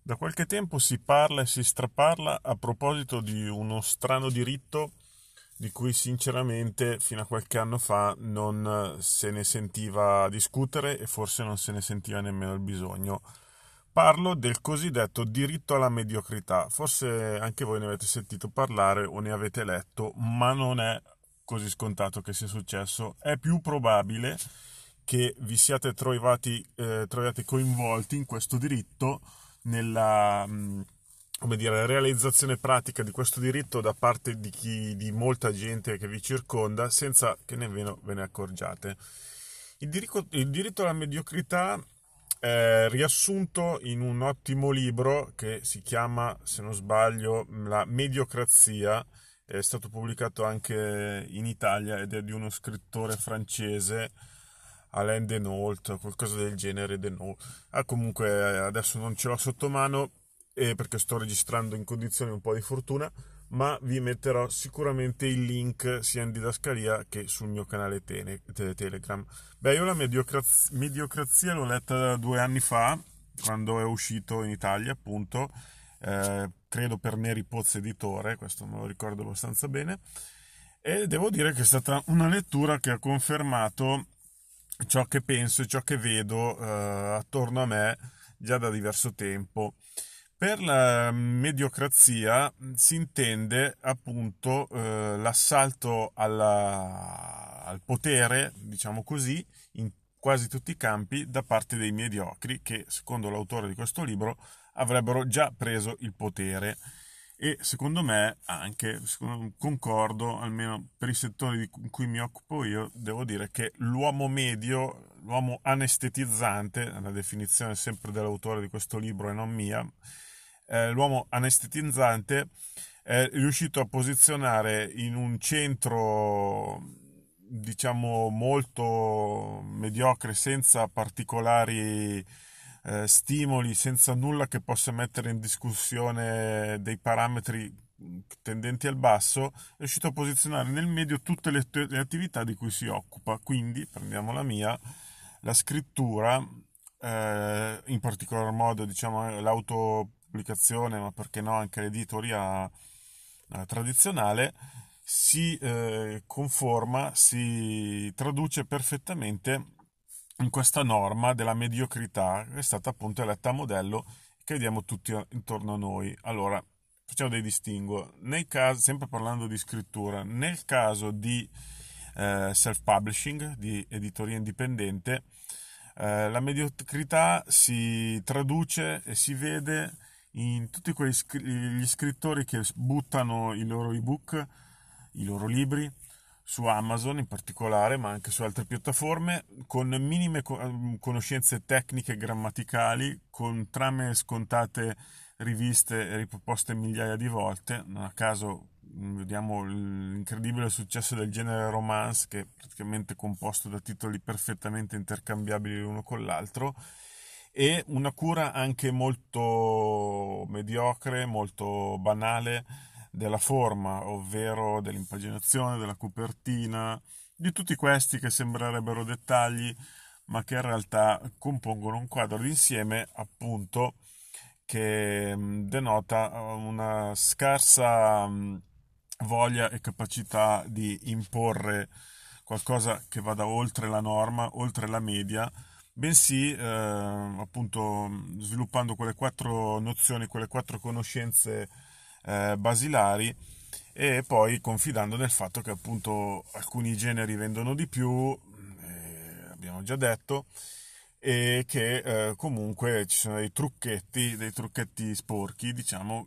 Da qualche tempo si parla e si straparla a proposito di uno strano diritto di cui sinceramente fino a qualche anno fa non se ne sentiva discutere e forse non se ne sentiva nemmeno il bisogno. Parlo del cosiddetto diritto alla mediocrità. Forse anche voi ne avete sentito parlare o ne avete letto, ma non è così scontato che sia successo. È più probabile che vi siate trovati coinvolti in questo diritto nella come dire, realizzazione pratica di questo diritto da parte di molta gente che vi circonda senza che nemmeno ve ne accorgiate. Il diritto alla mediocrità è riassunto in un ottimo libro che si chiama, se non sbaglio, La mediocrazia. È stato pubblicato anche in Italia ed è di uno scrittore francese, Alain Denault, qualcosa del genere. Denault. Comunque adesso non ce l'ho sotto mano perché sto registrando in condizioni un po' di fortuna, ma vi metterò sicuramente il link sia in didascalia che sul mio canale Telegram. Beh, io la mediocrazia l'ho letta 2 anni fa, quando è uscito in Italia, appunto, credo per Neri Pozzo Editore, questo me lo ricordo abbastanza bene, e devo dire che è stata una lettura che ha confermato ciò che penso e ciò che vedo attorno a me già da diverso tempo. Per la mediocrazia si intende appunto l'assalto al potere, diciamo così, in quasi tutti i campi da parte dei mediocri che, secondo l'autore di questo libro, avrebbero già preso il potere. E secondo me anche, concordo, almeno per i settori in cui mi occupo io, devo dire che l'uomo medio, l'uomo anestetizzante, la definizione sempre dell'autore di questo libro e non mia, l'uomo anestetizzante è riuscito a posizionare in un centro, diciamo, molto mediocre, senza particolari stimoli, senza nulla che possa mettere in discussione dei parametri tendenti al basso, è riuscito a posizionare nel medio tutte le attività di cui si occupa. Quindi, prendiamo la mia, la scrittura, in particolar modo diciamo l'autopubblicazione, ma perché no anche l'editoria tradizionale, si conforma, si traduce perfettamente in questa norma della mediocrità che è stata appunto eletta a modello che vediamo tutti intorno a noi. Allora, facciamo dei distinguo. Nel caso, sempre parlando di scrittura, nel caso di self-publishing, di editoria indipendente, la mediocrità si traduce e si vede in tutti gli scrittori che buttano i loro ebook, i loro libri su Amazon in particolare, ma anche su altre piattaforme, con minime conoscenze tecniche e grammaticali, con trame scontate riviste e riproposte migliaia di volte. Non a caso vediamo l'incredibile successo del genere romance, che è praticamente composto da titoli perfettamente intercambiabili l'uno con l'altro, e una cura anche molto mediocre, molto banale della forma, ovvero dell'impaginazione, della copertina, di tutti questi che sembrerebbero dettagli, ma che in realtà compongono un quadro d'insieme, appunto, che denota una scarsa voglia e capacità di imporre qualcosa che vada oltre la norma, oltre la media, bensì appunto sviluppando quelle 4 nozioni, quelle 4 conoscenze basilari, e poi confidando nel fatto che appunto alcuni generi vendono di più, abbiamo già detto, e che comunque ci sono dei trucchetti sporchi, diciamo,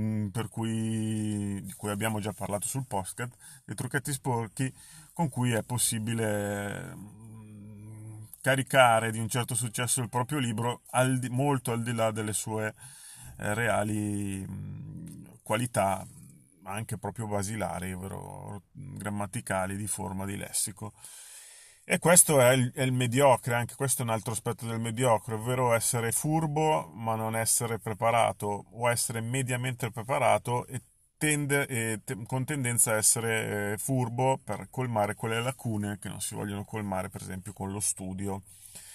di cui abbiamo già parlato sul podcast, dei trucchetti sporchi con cui è possibile caricare di un certo successo il proprio libro molto al di là delle sue reali qualità, anche proprio basilari, ovvero grammaticali, di forma, di lessico. E questo è il mediocre, anche questo è un altro aspetto del mediocre, ovvero essere furbo ma non essere preparato, o essere mediamente preparato con tendenza a essere furbo per colmare quelle lacune che non si vogliono colmare, per esempio con lo studio.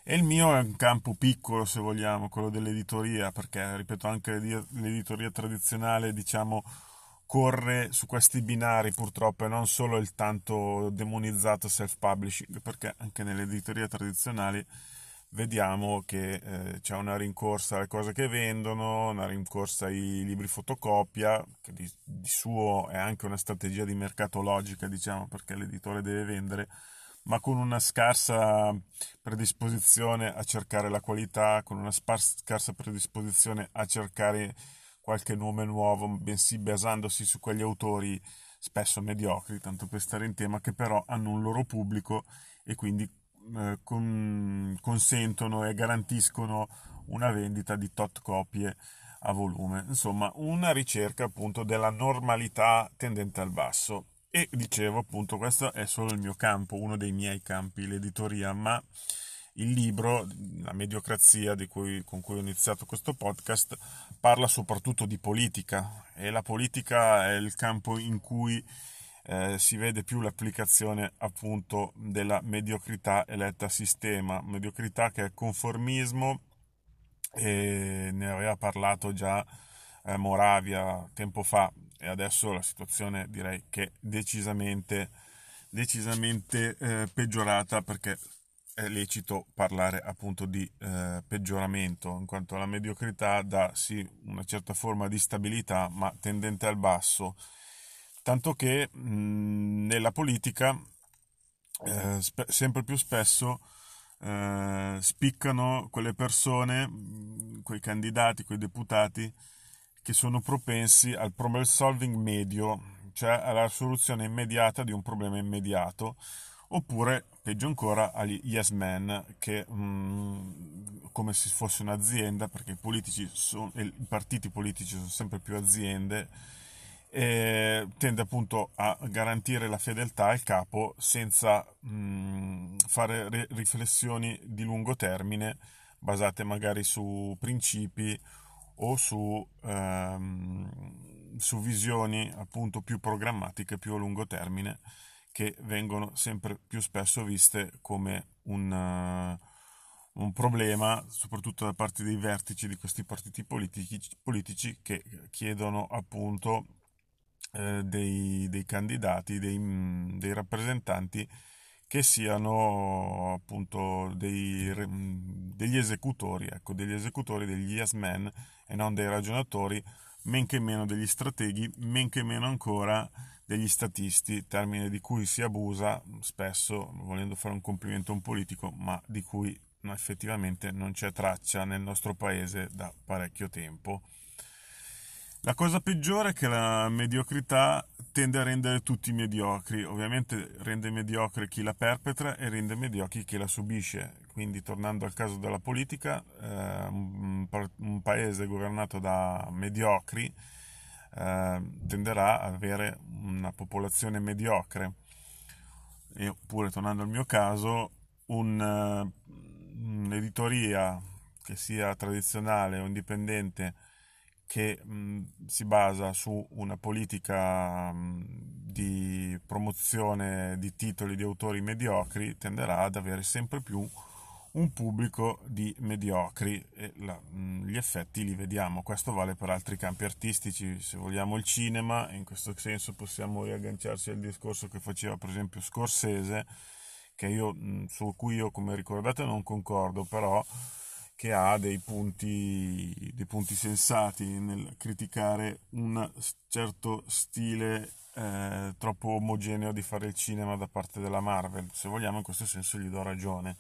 E il mio è un campo piccolo, se vogliamo, quello dell'editoria, perché, ripeto, anche l'editoria tradizionale, diciamo, corre su questi binari purtroppo, e non solo il tanto demonizzato self-publishing, perché anche nelle editorie tradizionali vediamo che c'è una rincorsa alle cose che vendono, una rincorsa ai libri fotocopia, che di suo è anche una strategia di mercato logica, diciamo, perché l'editore deve vendere, ma con una scarsa predisposizione a cercare la qualità, con una scarsa predisposizione a cercare qualche nome nuovo, bensì basandosi su quegli autori spesso mediocri, tanto per stare in tema, che però hanno un loro pubblico e quindi consentono e garantiscono una vendita di tot copie a volume. Insomma, una ricerca appunto della normalità tendente al basso. E dicevo appunto, questo è solo il mio campo, uno dei miei campi, l'editoria, ma il libro, La mediocrazia con cui ho iniziato questo podcast, parla soprattutto di politica, e la politica è il campo in cui si vede più l'applicazione appunto della mediocrità eletta a sistema, mediocrità che è conformismo, e ne aveva parlato già Moravia tempo fa, e adesso la situazione direi che è decisamente peggiorata, perché è lecito parlare appunto di peggioramento, in quanto la mediocrità dà sì una certa forma di stabilità, ma tendente al basso, tanto che nella politica sempre più spesso spiccano quelle persone, quei candidati, quei deputati che sono propensi al problem solving medio, cioè alla soluzione immediata di un problema immediato, oppure peggio ancora agli yes men, che come se fosse un'azienda, perché i partiti politici sono sempre più aziende, e tende appunto a garantire la fedeltà al capo senza fare riflessioni di lungo termine basate magari su principi o su visioni appunto più programmatiche, più a lungo termine, che vengono sempre più spesso viste come un problema, soprattutto da parte dei vertici di questi partiti politici che chiedono appunto dei candidati, dei rappresentanti che siano appunto degli esecutori, ecco, degli esecutori, degli yes men, e non dei ragionatori, men che meno degli strateghi, men che meno ancora degli statisti, termine di cui si abusa spesso, volendo fare un complimento a un politico, ma di cui effettivamente non c'è traccia nel nostro paese da parecchio tempo. La cosa peggiore è che la mediocrità tende a rendere tutti mediocri, ovviamente rende mediocre chi la perpetra e rende mediocri chi la subisce. Quindi, tornando al caso della politica, un paese governato da mediocri tenderà ad avere una popolazione mediocre. Oppure, tornando al mio caso, un'editoria che sia tradizionale o indipendente, che si basa su una politica di promozione di titoli di autori mediocri, tenderà ad avere sempre più un pubblico di mediocri, e gli effetti li vediamo. Questo vale per altri campi artistici, se vogliamo il cinema, e in questo senso possiamo riagganciarci al discorso che faceva per esempio Scorsese, su cui io, come ricordate, non concordo, però che ha dei punti sensati nel criticare un certo stile troppo omogeneo di fare il cinema da parte della Marvel. Se vogliamo, in questo senso gli do ragione.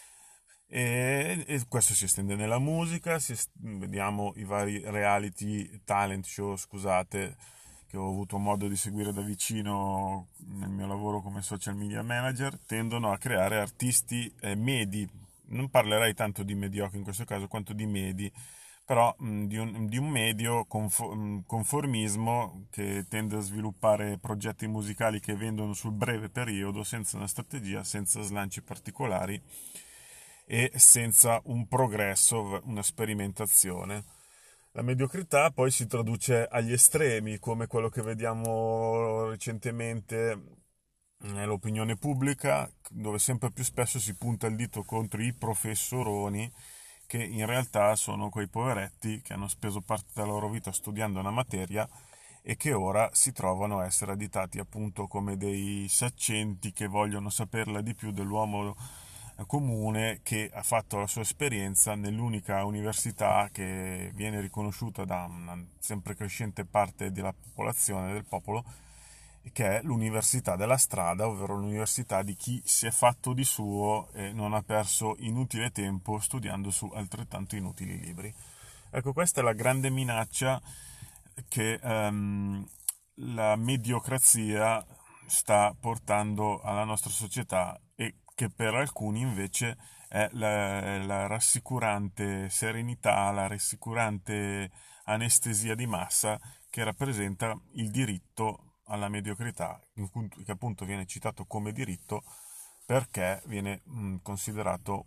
E questo si estende nella musica, vediamo i vari reality talent show, scusate, che ho avuto modo di seguire da vicino nel mio lavoro come social media manager, tendono a creare artisti medi. Non parlerei tanto di mediocri in questo caso quanto di medi, però di un medio conformismo che tende a sviluppare progetti musicali che vendono sul breve periodo, senza una strategia, senza slanci particolari e senza un progresso, una sperimentazione. La mediocrità poi si traduce agli estremi, come quello che vediamo recentemente nell'opinione pubblica, dove sempre più spesso si punta il dito contro i professoroni, che in realtà sono quei poveretti che hanno speso parte della loro vita studiando una materia e che ora si trovano a essere additati appunto come dei saccenti che vogliono saperla di più dell'uomo comune, che ha fatto la sua esperienza nell'unica università che viene riconosciuta da una sempre crescente parte della popolazione, del popolo, che è l'università della strada, ovvero l'università di chi si è fatto di suo e non ha perso inutile tempo studiando su altrettanto inutili libri. Ecco, questa è la grande minaccia che la mediocrazia sta portando alla nostra società e che per alcuni invece è la rassicurante serenità, la rassicurante anestesia di massa che rappresenta il diritto alla mediocrità, che appunto viene citato come diritto perché viene considerato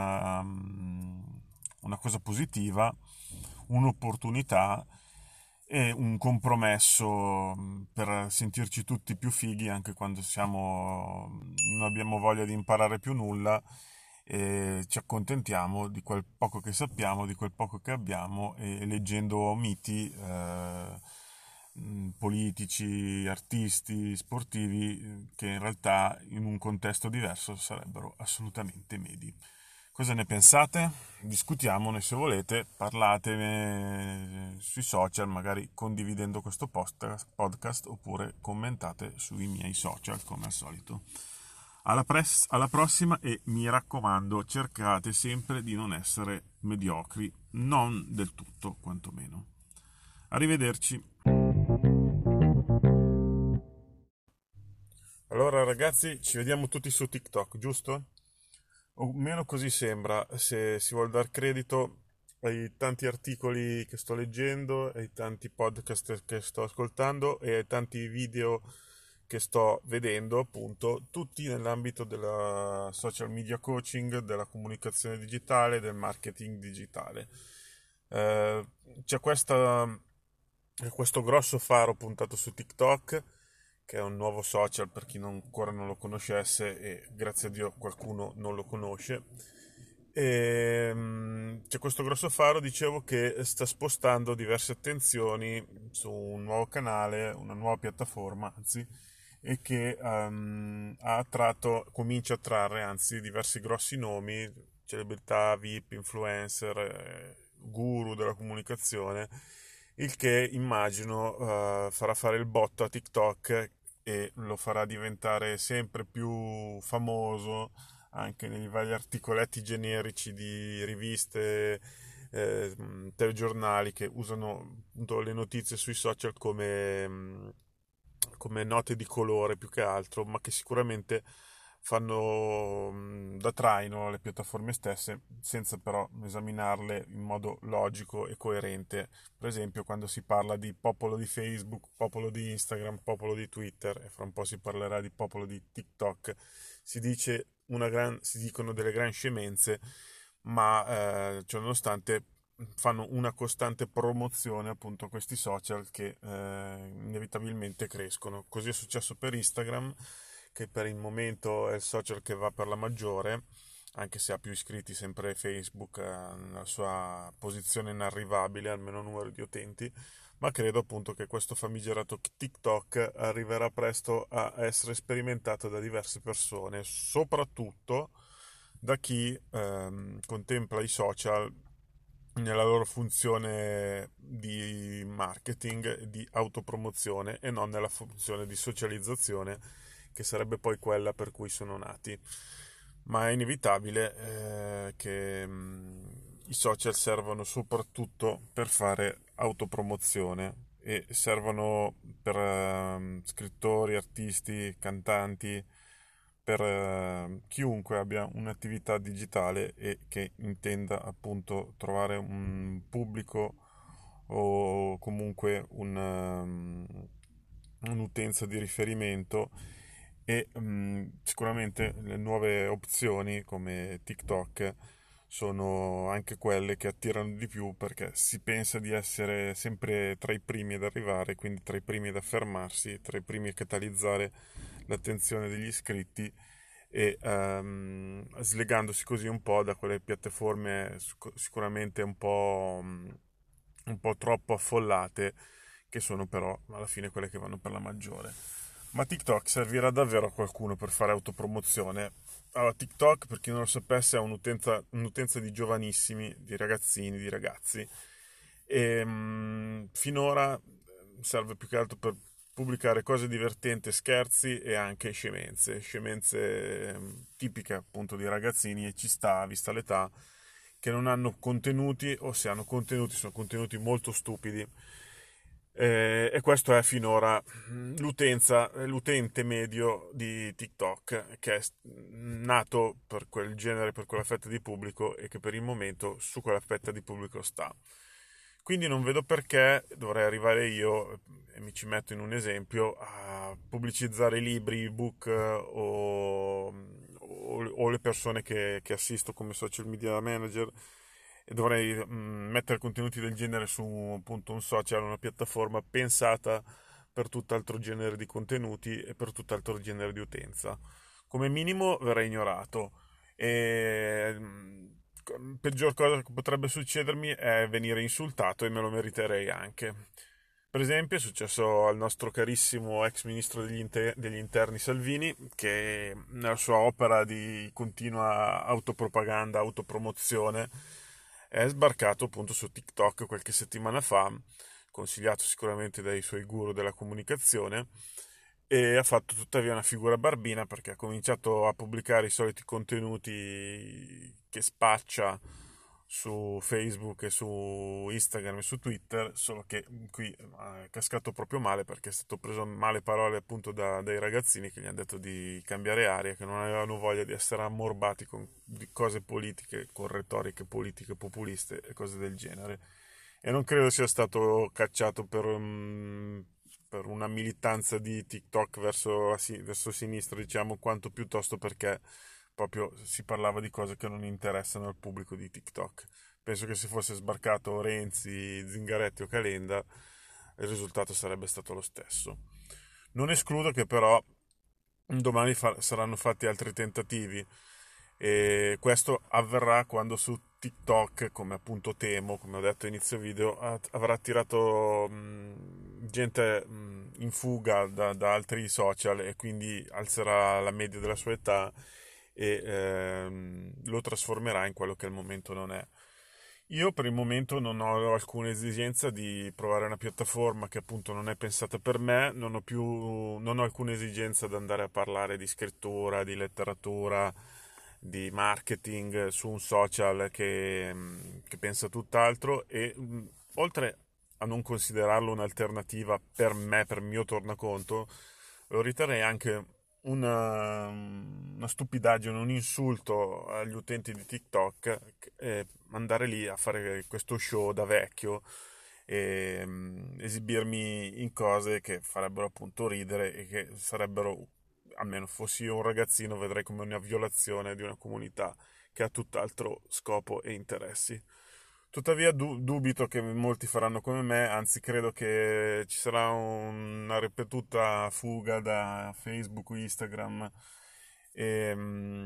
una cosa positiva, un'opportunità e un compromesso per sentirci tutti più fighi anche quando non abbiamo voglia di imparare più nulla e ci accontentiamo di quel poco che sappiamo, di quel poco che abbiamo e leggendo miti politici, artisti, sportivi che in realtà in un contesto diverso sarebbero assolutamente medi. Cosa ne pensate? Discutiamone se volete, parlatene sui social, magari condividendo questo podcast oppure commentate sui miei social come al solito. Alla prossima e mi raccomando, cercate sempre di non essere mediocri, non del tutto quantomeno. Arrivederci. Allora ragazzi, ci vediamo tutti su TikTok, giusto? O meno così sembra, se si vuole dar credito ai tanti articoli che sto leggendo, ai tanti podcast che sto ascoltando e ai tanti video che sto vedendo, appunto, tutti nell'ambito della social media coaching, della comunicazione digitale, del marketing digitale. Eh, c'è questo grosso faro puntato su TikTok, che è un nuovo social per chi ancora non lo conoscesse e grazie a Dio qualcuno non lo conosce. C'è questo grosso faro, dicevo, che sta spostando diverse attenzioni su un nuovo canale, una nuova piattaforma, anzi, e che comincia a attrarre anzi diversi grossi nomi, celebrità, VIP, influencer, guru della comunicazione, il che immagino farà fare il botto a TikTok e lo farà diventare sempre più famoso anche nei vari articoletti generici di riviste, telegiornali che usano appunto le notizie sui social come note di colore più che altro, ma che sicuramente fanno da traino alle piattaforme stesse senza però esaminarle in modo logico e coerente. Per esempio, quando si parla di popolo di Facebook, popolo di Instagram, popolo di Twitter e fra un po' si parlerà di popolo di TikTok, si dicono delle gran scemenze, ma ciononostante fanno una costante promozione appunto a questi social che inevitabilmente crescono. Così è successo per Instagram, che per il momento è il social che va per la maggiore, anche se ha più iscritti sempre Facebook, nella sua posizione inarrivabile, almeno numero di utenti, ma credo appunto che questo famigerato TikTok arriverà presto a essere sperimentato da diverse persone, soprattutto da chi contempla i social nella loro funzione di marketing, di autopromozione e non nella funzione di socializzazione, che sarebbe poi quella per cui sono nati. Ma è inevitabile che i social servono soprattutto per fare autopromozione e servono per scrittori, artisti, cantanti, per chiunque abbia un'attività digitale e che intenda appunto trovare un pubblico o comunque un'utenza di riferimento e sicuramente le nuove opzioni come TikTok sono anche quelle che attirano di più perché si pensa di essere sempre tra i primi ad arrivare, quindi tra i primi ad affermarsi, tra i primi a catalizzare l'attenzione degli iscritti e slegandosi così un po' da quelle piattaforme sicuramente un po' troppo affollate, che sono però alla fine quelle che vanno per la maggiore. Ma TikTok servirà davvero a qualcuno per fare autopromozione? Allora, TikTok, per chi non lo sapesse, ha un'utenza di giovanissimi, di ragazzini, di ragazzi, e finora serve più che altro per pubblicare cose divertenti, scherzi e anche scemenze tipiche appunto di ragazzini, e ci sta, vista l'età, che non hanno contenuti, o se hanno contenuti sono contenuti molto stupidi. E questo è finora l'utente medio di TikTok, che è nato per quel genere, per quella fetta di pubblico, e che per il momento su quella fetta di pubblico sta. Quindi non vedo perché dovrei arrivare io, e mi ci metto in un esempio, a pubblicizzare libri, ebook o le persone che assisto come social media manager, e dovrei mettere contenuti del genere su appunto un social, una piattaforma pensata per tutt'altro genere di contenuti e per tutt'altro genere di utenza. Come minimo verrei ignorato, e peggior cosa che potrebbe succedermi è venire insultato, e me lo meriterei anche. Per esempio è successo al nostro carissimo ex ministro degli interni Salvini, che nella sua opera di continua autopropaganda, autopromozione, è sbarcato appunto su TikTok qualche settimana fa, consigliato sicuramente dai suoi guru della comunicazione, e ha fatto tuttavia una figura barbina, perché ha cominciato a pubblicare i soliti contenuti che spaccia su Facebook e su Instagram e su Twitter, solo che qui è cascato proprio male, perché è stato preso male parole appunto dai ragazzini, che gli hanno detto di cambiare aria, che non avevano voglia di essere ammorbati con di cose politiche, con retoriche politiche populiste e cose del genere. E non credo sia stato cacciato per una militanza di TikTok verso sinistra, diciamo, quanto piuttosto perché proprio si parlava di cose che non interessano al pubblico di TikTok. Penso che se fosse sbarcato Renzi, Zingaretti o Calenda, il risultato sarebbe stato lo stesso. Non escludo che però domani saranno fatti altri tentativi, e questo avverrà quando su TikTok, come appunto temo, come ho detto a inizio video, avrà tirato gente in fuga da altri social, e quindi alzerà la media della sua età e lo trasformerà in quello che al momento non è. Io per il momento non ho alcuna esigenza di provare una piattaforma che appunto non è pensata per me, non ho alcuna esigenza di andare a parlare di scrittura, di letteratura, di marketing su un social che pensa tutt'altro, e oltre a non considerarlo un'alternativa per me, per mio tornaconto, lo riterrei anche una stupidaggine, un insulto agli utenti di TikTok, andare lì a fare questo show da vecchio e esibirmi in cose che farebbero appunto ridere, e che sarebbero, almeno fossi io un ragazzino, vedrei come una violazione di una comunità che ha tutt'altro scopo e interessi. Tuttavia dubito che molti faranno come me, anzi credo che ci sarà una ripetuta fuga da Facebook, Instagram e,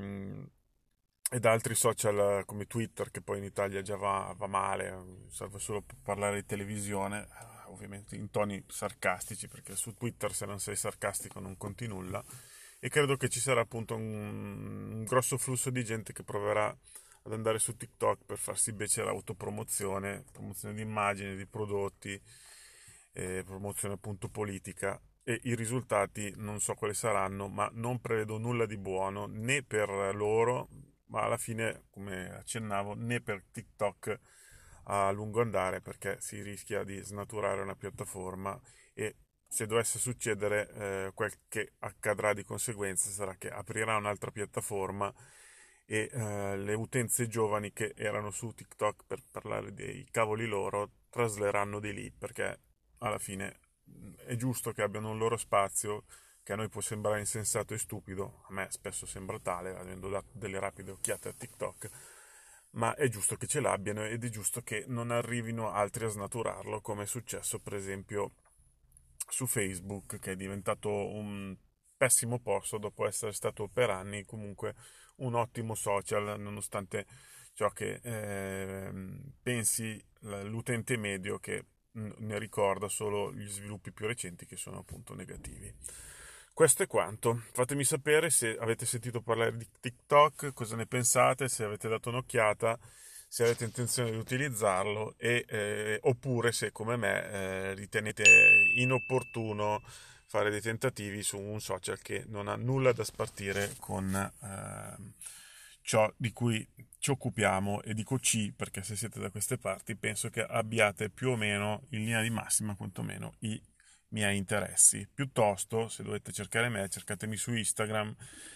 e da altri social come Twitter, che poi in Italia già va male, serve solo per parlare di televisione, ovviamente in toni sarcastici, perché su Twitter se non sei sarcastico non conti nulla, e credo che ci sarà appunto un grosso flusso di gente che proverà ad andare su TikTok per farsi invece l'autopromozione, promozione di immagini, di prodotti, promozione appunto politica, e i risultati non so quali saranno, ma non prevedo nulla di buono né per loro, ma alla fine, come accennavo, né per TikTok a lungo andare, perché si rischia di snaturare una piattaforma, e se dovesse succedere, quel che accadrà di conseguenza sarà che aprirà un'altra piattaforma, e le utenze giovani che erano su TikTok per parlare dei cavoli loro trasleranno di lì, perché alla fine è giusto che abbiano un loro spazio, che a noi può sembrare insensato e stupido, a me spesso sembra tale, avendo dato delle rapide occhiate a TikTok, ma è giusto che ce l'abbiano, ed è giusto che non arrivino altri a snaturarlo, come è successo per esempio su Facebook, che è diventato pessimo posto dopo essere stato per anni comunque un ottimo social, nonostante ciò che pensi l'utente medio che ne ricorda solo gli sviluppi più recenti che sono appunto negativi. Questo è quanto. Fatemi sapere se avete sentito parlare di TikTok, cosa ne pensate, se avete dato un'occhiata, se avete intenzione di utilizzarlo oppure se come me ritenete inopportuno fare dei tentativi su un social che non ha nulla da spartire con ciò di cui ci occupiamo, e dico ci perché se siete da queste parti penso che abbiate più o meno in linea di massima quantomeno i miei interessi. Piuttosto, se dovete cercare me, cercatemi su Instagram,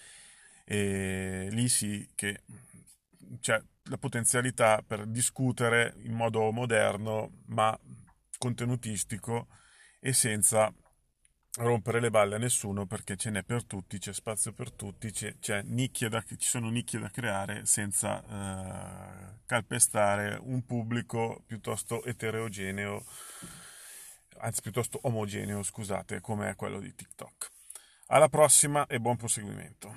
e lì sì che c'è la potenzialità per discutere in modo moderno ma contenutistico e senza rompere le balle a nessuno, perché ce n'è per tutti, c'è spazio per tutti, ci sono nicchie da creare senza calpestare un pubblico piuttosto eterogeneo, anzi piuttosto omogeneo, scusate, come è quello di TikTok. Alla prossima e buon proseguimento.